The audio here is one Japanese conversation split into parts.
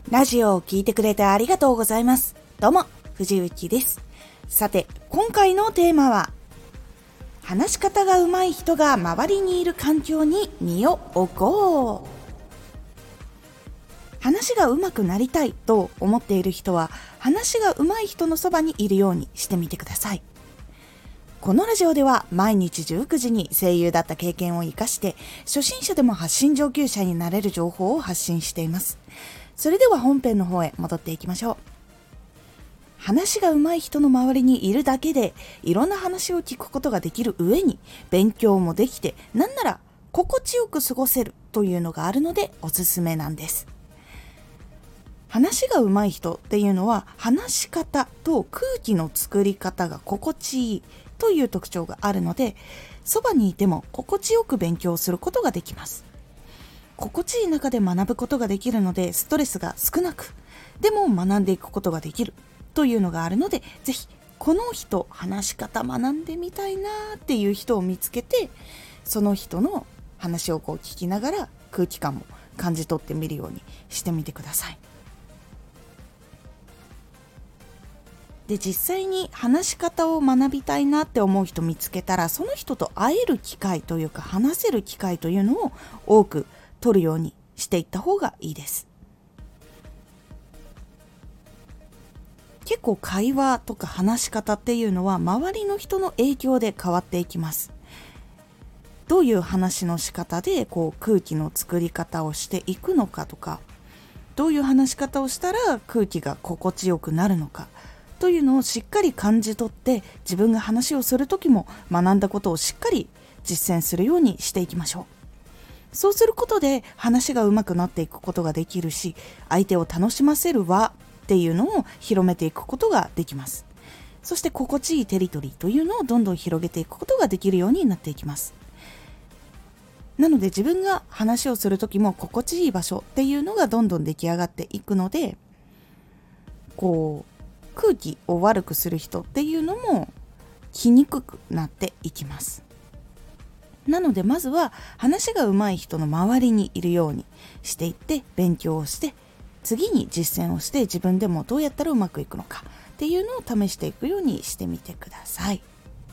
ラジオを聞いてくれてありがとうございます。どうも、藤幸です。さて、今回のテーマは、話し方が上手い人が周りにいる環境に身を置こう。話が上手くなりたいと思っている人は、話が上手い人のそばにいるようにしてみてください。このラジオでは毎日19時に声優だった経験を生かして、初心者でも発信上級者になれる情報を発信しています。それでは本編の方へ戻っていきましょう。話が上手い人の周りにいるだけでいろんな話を聞くことができる上に勉強もできて、なんなら心地よく過ごせるというのがあるのでおすすめなんです。話が上手い人っていうのは話し方と空気の作り方が心地いいという特徴があるので、そばにいても心地よく勉強することができます。心地いい中で学ぶことができるので、ストレスが少なく、でも学んでいくことができるというのがあるので、ぜひこの人話し方学んでみたいなっていう人を見つけて、その人の話を聞きながら空気感も感じ取ってみるようにしてみてください。で、実際に話し方を学びたいなって思う人見つけたら、その人と会える機会というか話せる機会というのを多く取るようにしていった方がいいです。結構会話とか話し方っていうのは周りの人の影響で変わっていきます。どういう話の仕方で空気の作り方をしていくのかとか、どういう話し方をしたら空気が心地よくなるのかというのをしっかり感じ取って、自分が話をするときも学んだことをしっかり実践するようにしていきましょう。そうすることで話が上手くなっていくことができるし、相手を楽しませる輪っていうのを広めていくことができます。そして心地いいテリトリーというのをどんどん広げていくことができるようになっていきます。なので自分が話をするときも心地いい場所っていうのがどんどん出来上がっていくので、空気を悪くする人っていうのも来にくくなっていきます。なのでまずは話が上手い人の周りにいるようにしていって、勉強をして、次に実践をして、自分でもどうやったらうまくいくのかっていうのを試していくようにしてみてください。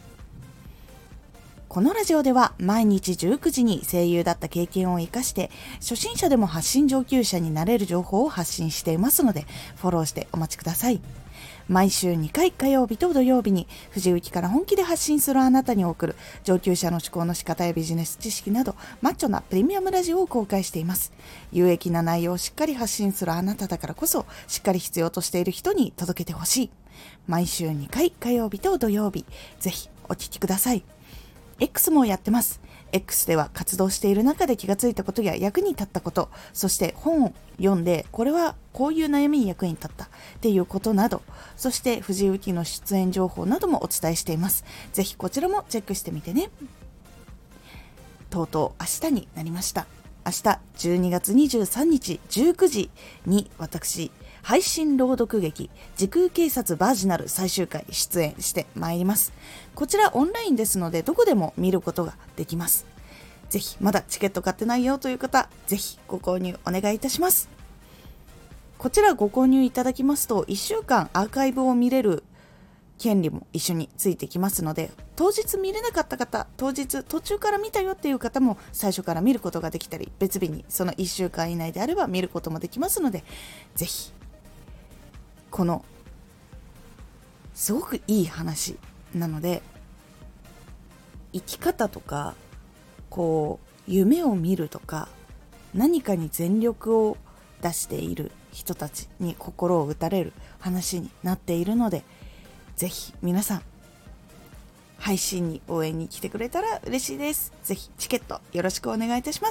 このラジオでは毎日19時に声優だった経験を生かして、初心者でも発信上級者になれる情報を発信していますので、フォローしてお待ちください。毎週2回、火曜日と土曜日に藤幸から本気で発信するあなたに送る上級者の思考の仕方やビジネス知識などマッチョなプレミアムラジオを公開しています。有益な内容をしっかり発信するあなただからこそ、しっかり必要としている人に届けてほしい。毎週2回、火曜日と土曜日、ぜひお聞きください。X もやってます。X では活動している中で気がついたことや役に立ったこと、そして本を読んでこれはこういう悩みに役に立ったっていうことなど、そして藤幸の出演情報などもお伝えしています。ぜひこちらもチェックしてみてね。とうとう明日になりました。明日12月23日19時に私、配信朗読劇時空警察バージナル最終回出演してまいります。こちらオンラインですのでどこでも見ることができます。ぜひまだチケット買ってないよという方、ぜひご購入お願いいたします。こちらご購入いただきますと1週間アーカイブを見れる権利も一緒についてきますので、当日見れなかった方、当日途中から見たよっていう方も最初から見ることができたり、別日にその1週間以内であれば見ることもできますので、ぜひこのすごくいい話なので、生き方とか夢を見るとか何かに全力を出している人たちに心を打たれる話になっているので、ぜひ皆さん配信に応援に来てくれたら嬉しいです。ぜひチケットよろしくお願いいたします。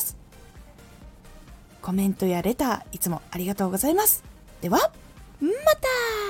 コメントやレターいつもありがとうございます。ではまた。